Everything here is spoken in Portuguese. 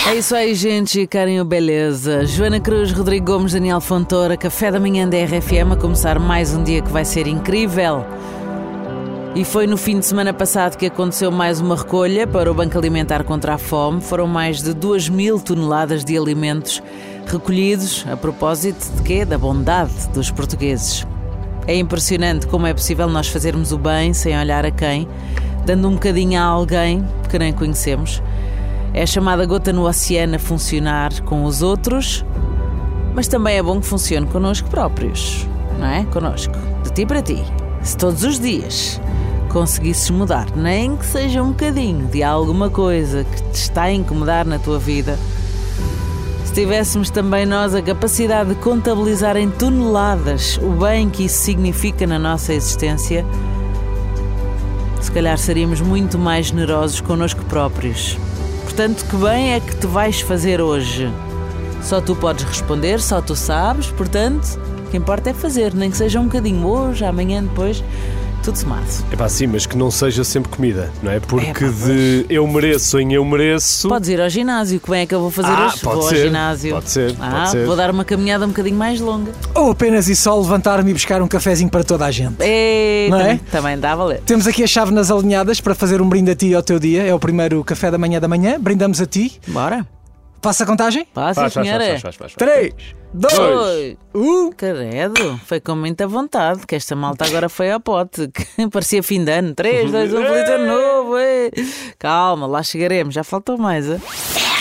É isso aí, gente, querem o beleza. Joana Cruz, Rodrigo Gomes, Daniel Fontoura, Café da Manhã da RFM, a começar mais um dia que vai ser incrível. E foi no fim de semana passado que aconteceu mais uma recolha para o Banco Alimentar contra a Fome. Foram mais de 2.000 toneladas de alimentos recolhidos a propósito de quê? Da bondade dos portugueses. É impressionante como é possível nós fazermos o bem sem olhar a quem, dando um bocadinho a alguém que nem conhecemos. É a chamada gota no oceano a funcionar com os outros, mas também é bom que funcione connosco próprios, não é? Connosco, de ti para ti. Se todos os dias conseguisses mudar, nem que seja um bocadinho de alguma coisa que te está a incomodar na tua vida, se tivéssemos também nós a capacidade de contabilizar em toneladas o bem que isso significa na nossa existência, se calhar seríamos muito mais generosos connosco próprios. Portanto, que bem é que tu vais fazer hoje? Só tu podes responder, só tu sabes, portanto, o que importa é fazer, nem que seja um bocadinho hoje, amanhã, depois, tudo somado. É pá, sim, mas que não seja sempre comida, não é? Porque de eu mereço em eu mereço... Podes ir ao ginásio, como é que eu vou fazer hoje? Pode vou ser, ao ginásio. Pode ser. Vou dar uma caminhada um bocadinho mais longa. Ou apenas e só levantar-me e buscar um cafezinho para toda a gente. Não é? Também dá a valer. Temos aqui as chávenas alinhadas para fazer um brinde a ti e ao teu dia. É o primeiro café da manhã. Brindamos a ti. Bora. Passa a contagem? Passa, senhora. Faz. 3, 2, 1. Credo, foi com muita vontade, que esta malta agora foi ao pote, que parecia fim de ano. 3, 2, 1, feliz ano novo. Calma, lá chegaremos, já faltou mais.